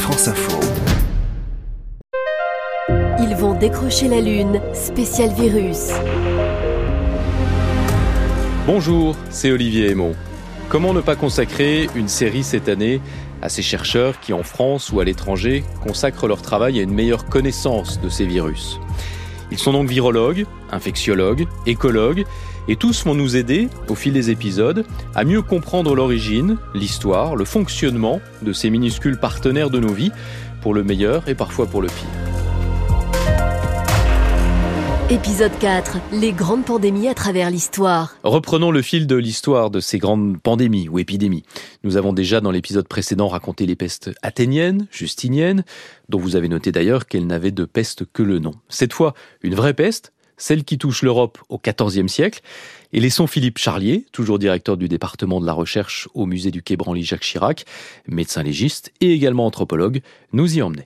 France Info. Ils vont décrocher la Lune, spécial virus. Bonjour, c'est Olivier Aymon. Comment ne pas consacrer une série cette année à ces chercheurs qui, en France ou à l'étranger, consacrent leur travail à une meilleure connaissance de ces virus ? Ils sont donc virologues, infectiologues, écologues, et tous vont nous aider, au fil des épisodes, à mieux comprendre l'origine, l'histoire, le fonctionnement de ces minuscules partenaires de nos vies, pour le meilleur et parfois pour le pire. Épisode 4, les grandes pandémies à travers l'histoire. Reprenons le fil de l'histoire de ces grandes pandémies ou épidémies. Nous avons déjà dans l'épisode précédent raconté les pestes athéniennes, justiniennes, dont vous avez noté d'ailleurs qu'elles n'avaient de peste que le nom. Cette fois, une vraie peste, celle qui touche l'Europe au XIVe siècle. Et laissons Philippe Charlier, toujours directeur du département de la recherche au musée du Quai Branly-Jacques Chirac, médecin légiste et également anthropologue, nous y emmener.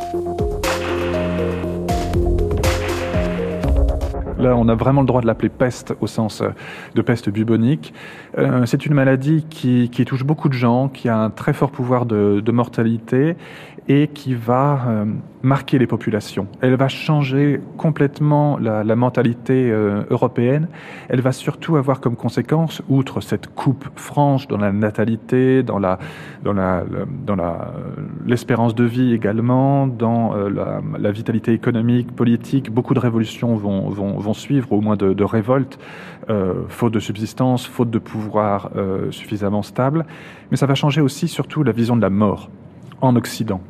Là, on a vraiment le droit de l'appeler peste au sens de peste bubonique. C'est une maladie qui touche beaucoup de gens, qui a un très fort pouvoir de mortalité et qui va marquer les populations. Elle va changer complètement la mentalité européenne. Elle va surtout avoir comme conséquence, outre cette coupe franche dans la natalité, dans l'espérance de vie également, dans la vitalité économique, politique, beaucoup de révolutions vont suivre, au moins de révoltes, faute de subsistance, faute de pouvoir suffisamment stable. Mais ça va changer aussi surtout la vision de la mort en Occident.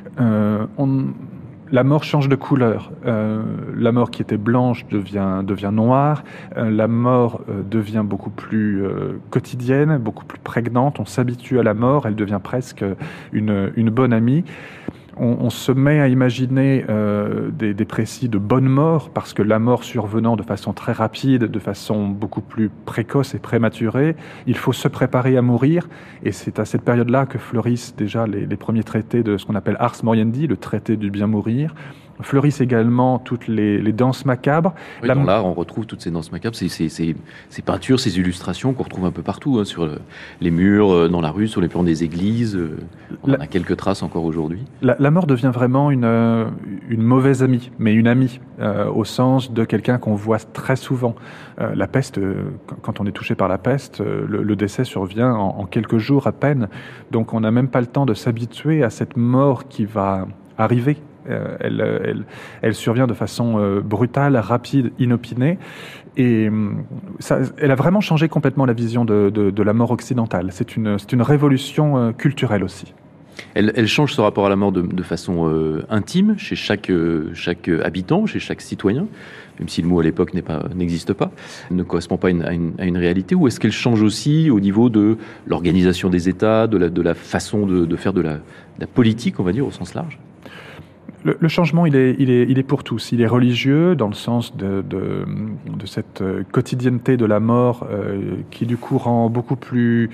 La mort change de couleur. La mort qui était blanche devient noire. La mort devient beaucoup plus quotidienne, beaucoup plus prégnante. On s'habitue à la mort. Elle devient presque une bonne amie. On se met à imaginer des précis de bonne mort, parce que la mort survenant de façon très rapide, de façon beaucoup plus précoce et prématurée, il faut se préparer à mourir. Et c'est à cette période-là que fleurissent déjà les premiers traités de ce qu'on appelle Ars Moriendi, le traité du bien mourir. Fleurissent également toutes les danses macabres. Oui, dans l'art, on retrouve toutes ces danses macabres, ces peintures, ces illustrations qu'on retrouve un peu partout, sur les murs, dans la rue, sur les plans des églises. On en a quelques traces encore aujourd'hui. La mort devient vraiment une mauvaise amie, mais une amie, au sens de quelqu'un qu'on voit très souvent. La peste, quand on est touché par la peste, le décès survient en quelques jours à peine. Donc on n'a même pas le temps de s'habituer à cette mort qui va arriver. Elle survient de façon brutale, rapide, inopinée. Et elle a vraiment changé complètement la vision de la mort occidentale. C'est une révolution culturelle aussi. Elle change ce rapport à la mort de façon intime chez chaque habitant, chez chaque citoyen, même si le mot à l'époque n'existe pas, ne correspond pas à une réalité. Ou est-ce qu'elle change aussi au niveau de l'organisation des États, de la façon de faire de la politique, on va dire, au sens large ? Le changement, il est pour tous. Il est religieux, dans le sens de cette quotidienneté de la mort qui, du coup, rend beaucoup plus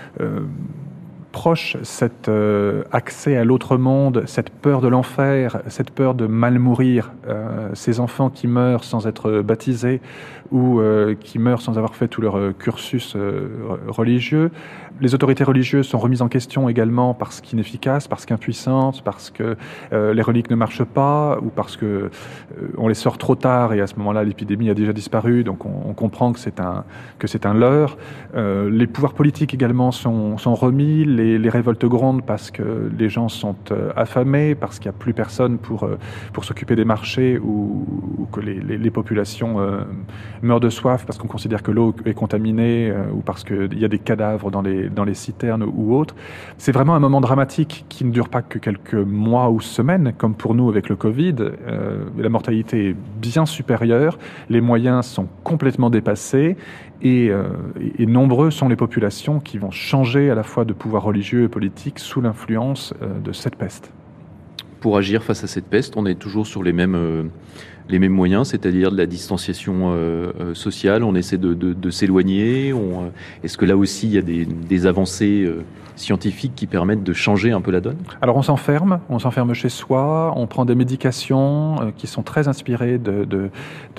proche cet accès à l'autre monde, cette peur de l'enfer, cette peur de mal mourir, ces enfants qui meurent sans être baptisés ou qui meurent sans avoir fait tout leur cursus religieux. Les autorités religieuses sont remises en question également parce qu'inefficaces, parce qu'impuissantes, parce que les reliques ne marchent pas ou parce que on les sort trop tard et à ce moment-là l'épidémie a déjà disparu, donc on comprend que c'est un leurre. Les pouvoirs politiques également sont remis, les révoltes grondent parce que les gens sont affamés, parce qu'il n'y a plus personne pour s'occuper des marchés ou que les populations meurent de soif parce qu'on considère que l'eau est contaminée ou parce qu'il y a des cadavres dans les citernes ou autres. C'est vraiment un moment dramatique qui ne dure pas que quelques mois ou semaines, comme pour nous avec le Covid. La mortalité est bien supérieure, les moyens sont complètement dépassés et nombreux sont les populations qui vont changer à la fois de pouvoir religieux et politique sous l'influence de cette peste. Pour agir face à cette peste, on est toujours sur les mêmes moyens, c'est-à-dire de la distanciation sociale, on essaie de s'éloigner. Est-ce que là aussi il y a des avancées scientifiques qui permettent de changer un peu la donne ? Alors on s'enferme chez soi, on prend des médications qui sont très inspirées de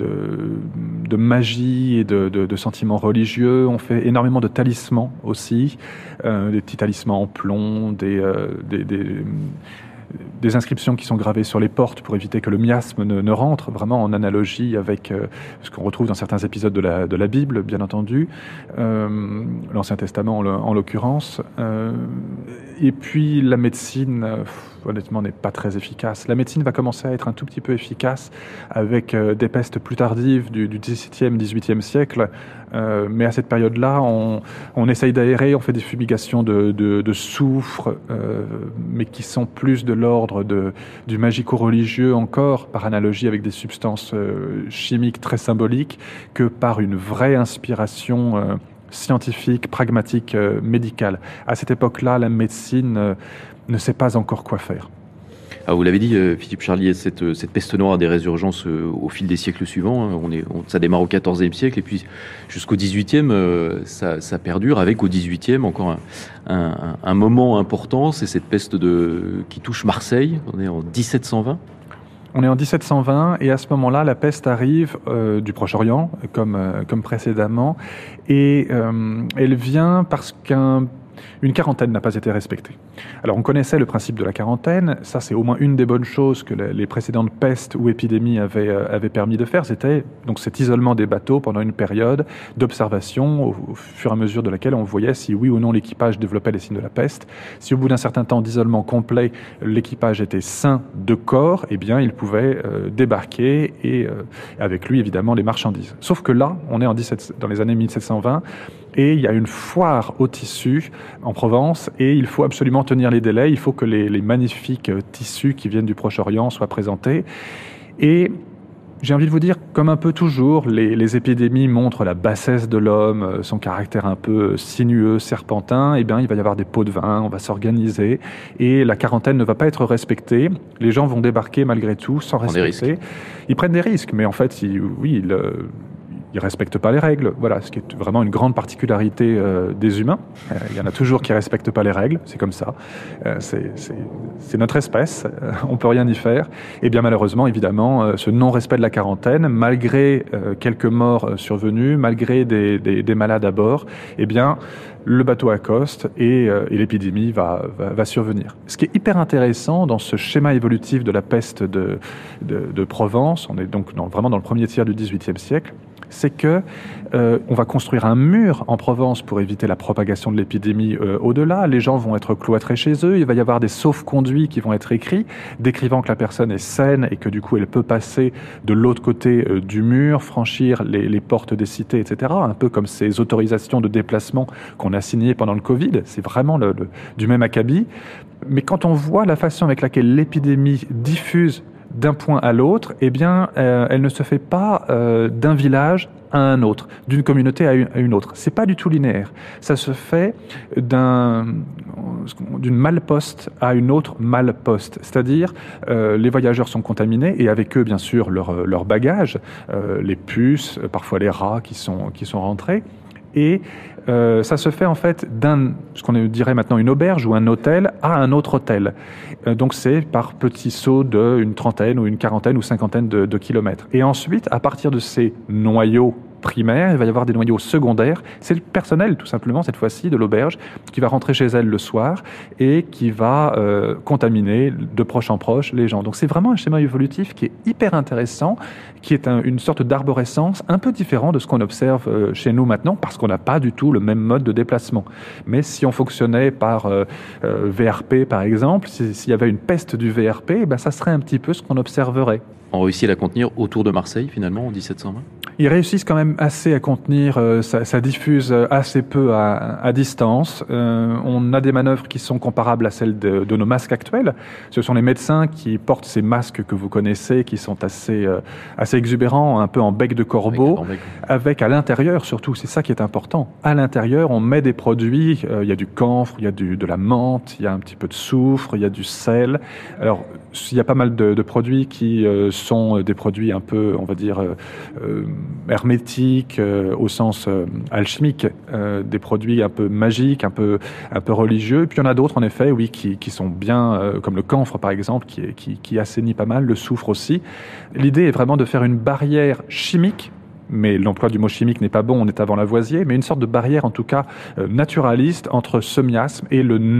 magie et de sentiments religieux. On fait énormément de talismans aussi, des petits talismans en plomb, des inscriptions qui sont gravées sur les portes pour éviter que le miasme ne rentre, vraiment en analogie avec ce qu'on retrouve dans certains épisodes de la Bible, bien entendu, l'Ancien Testament en l'occurrence. Et puis la médecine, honnêtement, n'est pas très efficace. La médecine va commencer à être un tout petit peu efficace avec des pestes plus tardives du XVIIe, XVIIIe siècle. Mais à cette période-là, on essaye d'aérer, on fait des fumigations de soufre, mais qui sont plus de l'ordre du magico-religieux encore, par analogie avec des substances chimiques très symboliques, que par une vraie inspiration scientifique, pragmatique, médicale. À cette époque-là, la médecine ne sait pas encore quoi faire. Alors vous l'avez dit, Philippe Charlier, cette peste noire a des résurgences au fil des siècles suivants. Ça démarre au XIVe siècle et puis jusqu'au XVIIIe, ça perdure avec au XVIIIe encore un moment important. C'est cette peste qui touche Marseille. On est en 1720. On est en 1720 et à ce moment-là, la peste arrive du Proche-Orient, comme précédemment, et elle vient parce qu'une quarantaine n'a pas été respectée. Alors on connaissait le principe de la quarantaine, ça c'est au moins une des bonnes choses que les précédentes pestes ou épidémies avaient permis de faire, c'était donc cet isolement des bateaux pendant une période d'observation au fur et à mesure de laquelle on voyait si oui ou non l'équipage développait les signes de la peste. Si au bout d'un certain temps d'isolement complet, l'équipage était sain de corps, eh bien il pouvait débarquer et avec lui évidemment les marchandises. Sauf que là, on est dans les années 1720, et il y a une foire au tissu en Provence et il faut absolument tenir les délais, il faut que les magnifiques tissus qui viennent du Proche-Orient soient présentés. Et j'ai envie de vous dire, comme un peu toujours, les épidémies montrent la bassesse de l'homme, son caractère un peu sinueux, serpentin. Eh bien, il va y avoir des pots de vin, on va s'organiser et la quarantaine ne va pas être respectée. Les gens vont débarquer malgré tout sans respecter. Ils prennent des risques, mais en fait, ils ne respectent pas les règles, voilà, ce qui est vraiment une grande particularité des humains. Il y en a toujours qui ne respectent pas les règles, c'est comme ça. C'est notre espèce, on ne peut rien y faire. Et bien malheureusement, évidemment, ce non-respect de la quarantaine, malgré quelques morts survenus, malgré des malades à bord, eh bien, le bateau accoste et l'épidémie va survenir. Ce qui est hyper intéressant dans ce schéma évolutif de la peste de Provence, on est donc vraiment dans le premier tiers du XVIIIe siècle, c'est que on va construire un mur en Provence pour éviter la propagation de l'épidémie au-delà. Les gens vont être cloîtrés chez eux. Il va y avoir des sauf-conduits qui vont être écrits, décrivant que la personne est saine et que du coup elle peut passer de l'autre côté du mur, franchir les portes des cités, etc. Un peu comme ces autorisations de déplacement qu'on a signées pendant le Covid. C'est vraiment du même acabit. Mais quand on voit la façon avec laquelle l'épidémie diffuse d'un point à l'autre, eh bien, elle ne se fait pas d'un village à un autre, d'une communauté à une autre. C'est pas du tout linéaire. Ça se fait d'une malle-poste à une autre malle-poste. C'est-à-dire, les voyageurs sont contaminés et avec eux, bien sûr, leur bagage, les puces, parfois les rats qui sont rentrés. Et ça se fait en fait ce qu'on dirait maintenant une auberge ou un hôtel à un autre hôtel. Donc c'est par petits sauts d'une trentaine ou une quarantaine ou cinquantaine de kilomètres. Et ensuite, à partir de ces noyaux primaires, il va y avoir des noyaux secondaires. C'est le personnel, tout simplement, cette fois-ci, de l'auberge, qui va rentrer chez elle le soir et qui va contaminer de proche en proche les gens. Donc c'est vraiment un schéma évolutif qui est hyper intéressant, qui est une sorte d'arborescence un peu différent de ce qu'on observe chez nous maintenant, parce qu'on n'a pas du tout le même mode de déplacement. Mais si on fonctionnait par VRP, par exemple, s'il y avait une peste du VRP, eh ben, ça serait un petit peu ce qu'on observerait. On réussit à la contenir autour de Marseille, finalement, en 1720 ? Ils réussissent quand même assez à contenir, ça diffuse assez peu à distance. On a des manœuvres qui sont comparables à celles de nos masques actuels. Ce sont les médecins qui portent ces masques que vous connaissez, qui sont assez exubérants, un peu en bec de corbeau, avec à l'intérieur surtout, c'est ça qui est important. À l'intérieur, on met des produits, il y a du camphre, il y a de la menthe, il y a un petit peu de soufre, il y a du sel. Alors, il y a pas mal de produits qui sont des produits un peu, on va dire, hermétiques au sens alchimique, des produits un peu magiques, un peu religieux. Et puis il y en a d'autres en effet, oui, qui sont bien, comme le camphre par exemple, qui assainit pas mal, le soufre aussi. L'idée est vraiment de faire une barrière chimique, mais l'emploi du mot chimique n'est pas bon, on est avant Lavoisier, mais une sorte de barrière en tout cas naturaliste entre ce miasme et le nez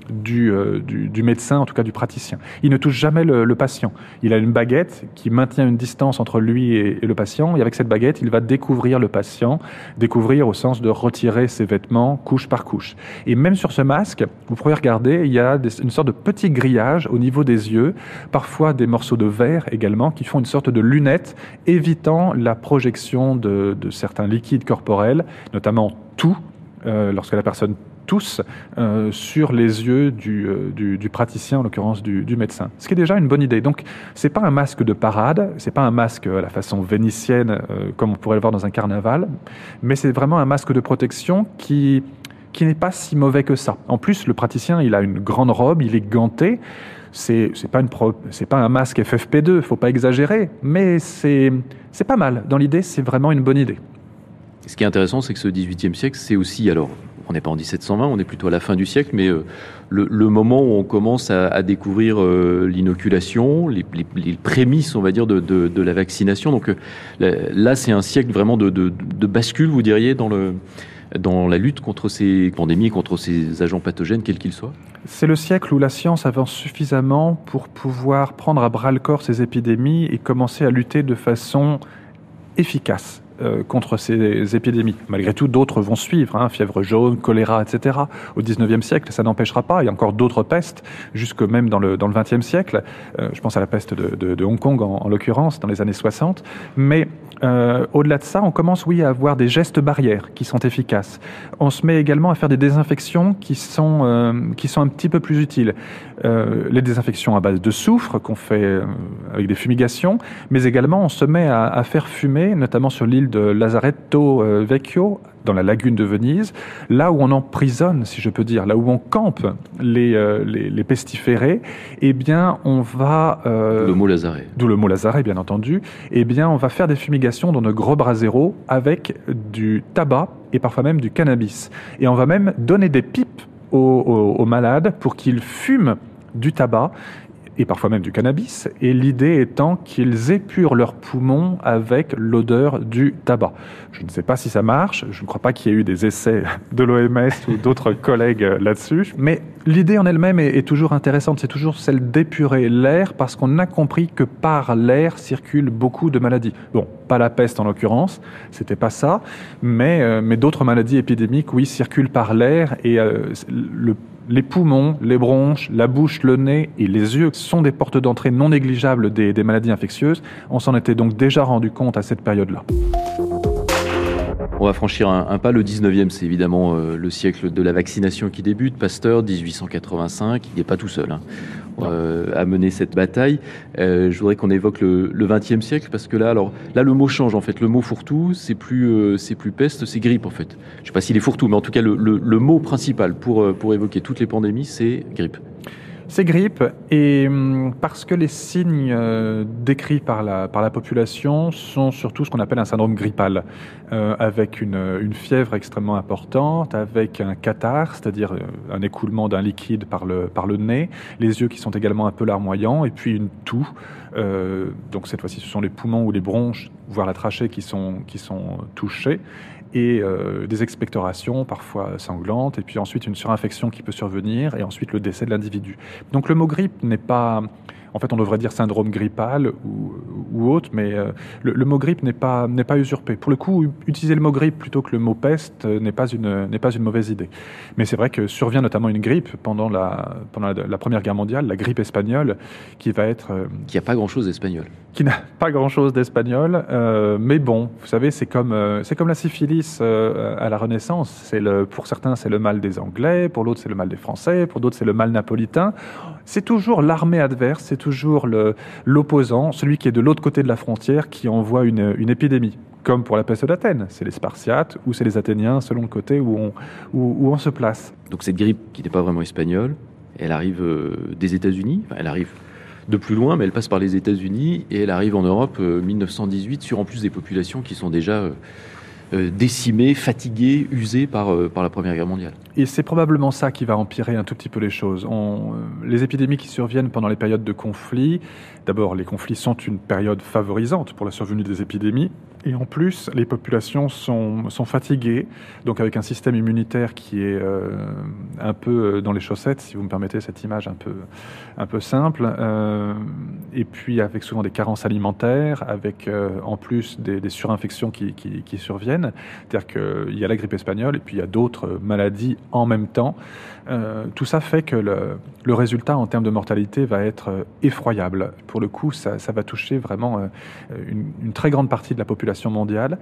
du médecin, en tout cas du praticien. Il ne touche jamais le patient. Il a une baguette qui maintient une distance entre lui et le patient, et avec cette baguette, il va découvrir le patient, découvrir au sens de retirer ses vêtements couche par couche. Et même sur ce masque, vous pourrez regarder, il y a une sorte de petit grillage au niveau des yeux, parfois des morceaux de verre également, qui font une sorte de lunette, évitant la projection de certains liquides corporels, notamment tout, lorsque la personne tousse, sur les yeux du praticien, en l'occurrence du médecin. Ce qui est déjà une bonne idée. Donc, c'est pas un masque de parade, c'est pas un masque à la façon vénitienne, comme on pourrait le voir dans un carnaval, mais c'est vraiment un masque de protection qui n'est pas si mauvais que ça. En plus, le praticien, il a une grande robe, il est ganté. C'est pas un masque FFP2, faut pas exagérer, mais c'est pas mal. Dans l'idée, c'est vraiment une bonne idée. Ce qui est intéressant, c'est que ce XVIIIe siècle, c'est aussi, alors, on n'est pas en 1720, on est plutôt à la fin du siècle, mais le moment où on commence à découvrir l'inoculation, les prémices, on va dire, de la vaccination. Donc là, c'est un siècle vraiment de bascule, vous diriez, dans la lutte contre ces pandémies, contre ces agents pathogènes, quels qu'ils soient. C'est le siècle où la science avance suffisamment pour pouvoir prendre à bras-le-corps ces épidémies et commencer à lutter de façon efficace contre ces épidémies. Malgré tout, d'autres vont suivre, fièvre jaune, choléra, etc. Au XIXe siècle, ça n'empêchera pas. Il y a encore d'autres pestes, jusque même dans le XXe siècle. Je pense à la peste de Hong Kong, en l'occurrence, dans les années 60. Mais au-delà de ça, on commence, à avoir des gestes barrières qui sont efficaces. On se met également à faire des désinfections qui sont un petit peu plus utiles. Les désinfections à base de soufre qu'on fait avec des fumigations, mais également on se met à faire fumer, notamment sur l'île de Lazaretto Vecchio, dans la lagune de Venise, là où on emprisonne, si je peux dire, là où on campe les pestiférés, eh bien, on va... le mot lazaret. D'où le mot lazaret, bien entendu. Eh bien, on va faire des fumigations dans de gros braseros avec du tabac et parfois même du cannabis. Et on va même donner des pipes aux malades pour qu'ils fument du tabac et parfois même du cannabis, et l'idée étant qu'ils épurent leurs poumons avec l'odeur du tabac. Je ne sais pas si ça marche, je ne crois pas qu'il y ait eu des essais de l'OMS ou d'autres collègues là-dessus, mais l'idée en elle-même est toujours intéressante, c'est toujours celle d'épurer l'air, parce qu'on a compris que par l'air circulent beaucoup de maladies. Bon, pas la peste en l'occurrence, c'était pas ça, mais d'autres maladies épidémiques, oui, circulent par l'air, et les poumons, les bronches, la bouche, le nez et les yeux sont des portes d'entrée non négligeables des maladies infectieuses. On s'en était donc déjà rendu compte à cette période-là. On va franchir un pas. Le 19e, c'est évidemment le siècle de la vaccination qui débute. Pasteur, 1885, il n'est pas tout seul à mener cette bataille. Je voudrais qu'on évoque le 20e siècle, parce que là, le mot change en fait. Le mot fourre-tout, c'est plus peste, c'est grippe en fait. Je ne sais pas s'il est fourre-tout, mais en tout cas, le mot principal pour évoquer toutes les pandémies, c'est grippe. C'est grippe, et parce que les signes décrits par la population sont surtout ce qu'on appelle un syndrome grippal, avec une fièvre extrêmement importante, avec un catarrhe, c'est-à-dire un écoulement d'un liquide par le nez, les yeux qui sont également un peu larmoyants, et puis une toux. Donc cette fois-ci, ce sont les poumons ou les bronches, voire la trachée qui sont touchés, et des expectorations parfois sanglantes, et puis ensuite une surinfection qui peut survenir, et ensuite le décès de l'individu. Donc le mot grippe n'est pas... En fait, on devrait dire syndrome grippal ou autre, mais le mot grippe n'est pas usurpé. Pour le coup, utiliser le mot grippe plutôt que le mot peste n'est pas une mauvaise idée. Mais c'est vrai que survient notamment une grippe pendant la Première Guerre mondiale, la grippe espagnole, qui va être... Qui n'a pas grand-chose d'espagnol. Qui n'a pas grand-chose d'espagnol, mais bon, vous savez, c'est comme la syphilis à la Renaissance. Pour certains, c'est le mal des Anglais, pour l'autre, c'est le mal des Français, pour d'autres, c'est le mal napolitain. C'est toujours l'armée adverse, c'est toujours l'opposant, celui qui est de l'autre côté de la frontière, qui envoie une épidémie. Comme pour la peste d'Athènes, c'est les Spartiates ou c'est les Athéniens, selon le côté où on se place. Donc cette grippe, qui n'est pas vraiment espagnole, elle arrive des États-Unis, elle arrive de plus loin, mais elle passe par les États-Unis et elle arrive en Europe 1918, sur en plus des populations qui sont déjà décimés, fatigués, usés par la Première Guerre mondiale. Et c'est probablement ça qui va empirer un tout petit peu les choses. Les épidémies qui surviennent pendant les périodes de conflit, d'abord les conflits sont une période favorisante pour la survenue des épidémies, et en plus les populations sont fatiguées, donc avec un système immunitaire qui est un peu dans les chaussettes, si vous me permettez cette image un peu simple, et puis avec souvent des carences alimentaires, avec en plus des surinfections qui surviennent, c'est-à-dire qu'il y a la grippe espagnole et puis il y a d'autres maladies en même temps. Tout ça fait que le résultat en termes de mortalité va être effroyable. Pour le coup, ça va toucher vraiment une très grande partie de la population mondiale.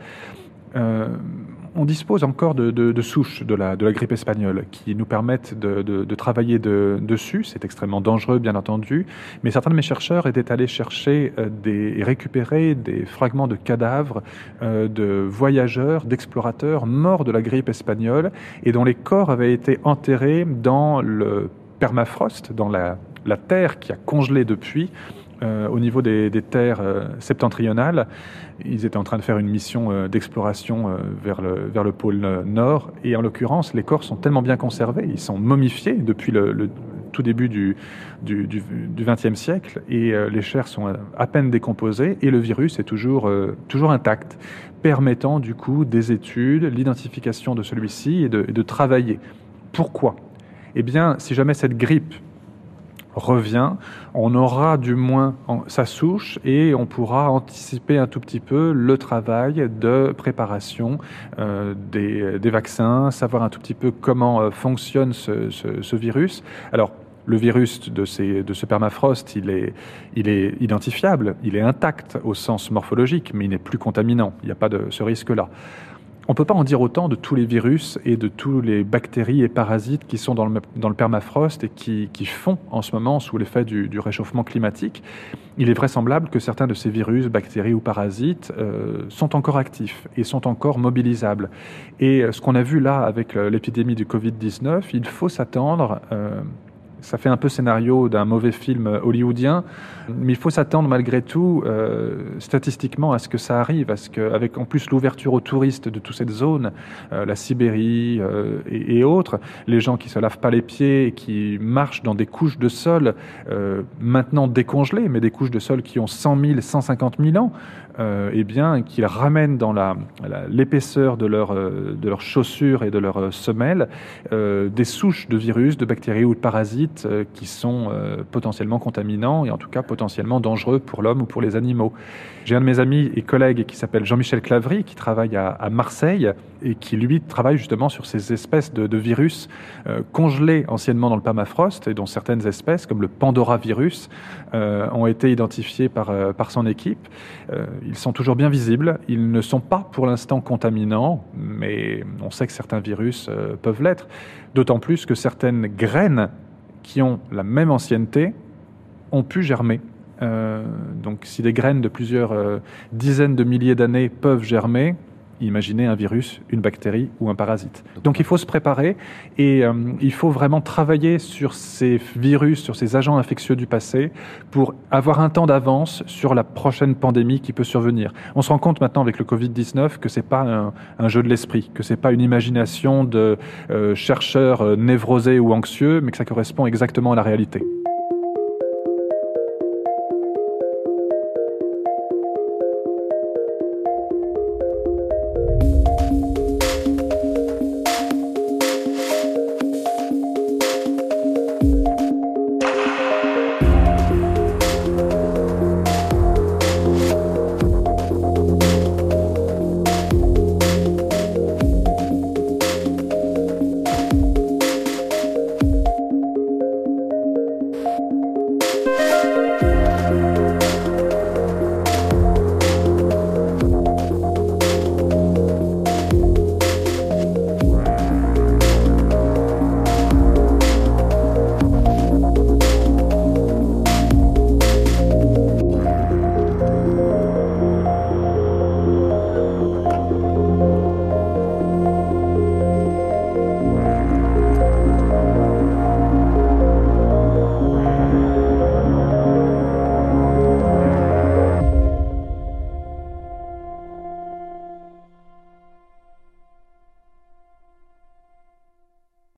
On dispose encore de souches de la grippe espagnole qui nous permettent de travailler dessus. C'est extrêmement dangereux, bien entendu, mais certains de mes chercheurs étaient allés chercher et récupérer des fragments de cadavres de voyageurs, d'explorateurs morts de la grippe espagnole et dont les corps avaient été enterrés dans le permafrost, dans la terre qui a congelé depuis, au niveau des terres septentrionales. Ils étaient en train de faire une mission d'exploration vers le pôle Nord, et en l'occurrence, les corps sont tellement bien conservés, ils sont momifiés depuis le tout début du XXe siècle, et les chairs sont à peine décomposées, et le virus est toujours intact, permettant du coup des études, l'identification de celui-ci et de travailler. Pourquoi ? Eh bien, si jamais cette grippe revient, on aura du moins sa souche et on pourra anticiper un tout petit peu le travail de préparation des vaccins, savoir un tout petit peu comment fonctionne ce virus. Alors, le virus de ce permafrost, il est identifiable, il est intact au sens morphologique, mais il n'est plus contaminant, il n'y a pas de ce risque-là. On ne peut pas en dire autant de tous les virus et de tous les bactéries et parasites qui sont dans le permafrost et qui font en ce moment sous l'effet du réchauffement climatique. Il est vraisemblable que certains de ces virus, bactéries ou parasites sont encore actifs et sont encore mobilisables. Et ce qu'on a vu là avec l'épidémie du Covid-19, il faut s'attendre... Ça fait un peu scénario d'un mauvais film hollywoodien, mais il faut s'attendre malgré tout statistiquement à ce que ça arrive, à ce qu'avec en plus l'ouverture aux touristes de toute cette zone, la Sibérie et autres, les gens qui se lavent pas les pieds et qui marchent dans des couches de sol maintenant décongelées, mais des couches de sol qui ont 100 000, 150 000 ans, eh bien, qu'ils ramènent dans l'épaisseur de leurs chaussures et de leurs semelles des souches de virus, de bactéries ou de parasites qui sont potentiellement contaminants et en tout cas potentiellement dangereux pour l'homme ou pour les animaux. J'ai un de mes amis et collègues qui s'appelle Jean-Michel Clavry, qui travaille à Marseille et qui, lui, travaille justement sur ces espèces de virus congelés anciennement dans le permafrost et dont certaines espèces, comme le Pandora virus, ont été identifiées par son équipe. Ils sont toujours bien visibles. Ils ne sont pas pour l'instant contaminants, mais on sait que certains virus peuvent l'être. D'autant plus que certaines graines qui ont la même ancienneté ont pu germer. Donc si des graines de plusieurs dizaines de milliers d'années peuvent germer, imaginez un virus, une bactérie ou un parasite. Donc il faut se préparer et il faut vraiment travailler sur ces virus, sur ces agents infectieux du passé pour avoir un temps d'avance sur la prochaine pandémie qui peut survenir. On se rend compte maintenant avec le Covid-19 que c'est pas un jeu de l'esprit, que c'est pas une imagination de chercheurs névrosés ou anxieux, mais que ça correspond exactement à la réalité.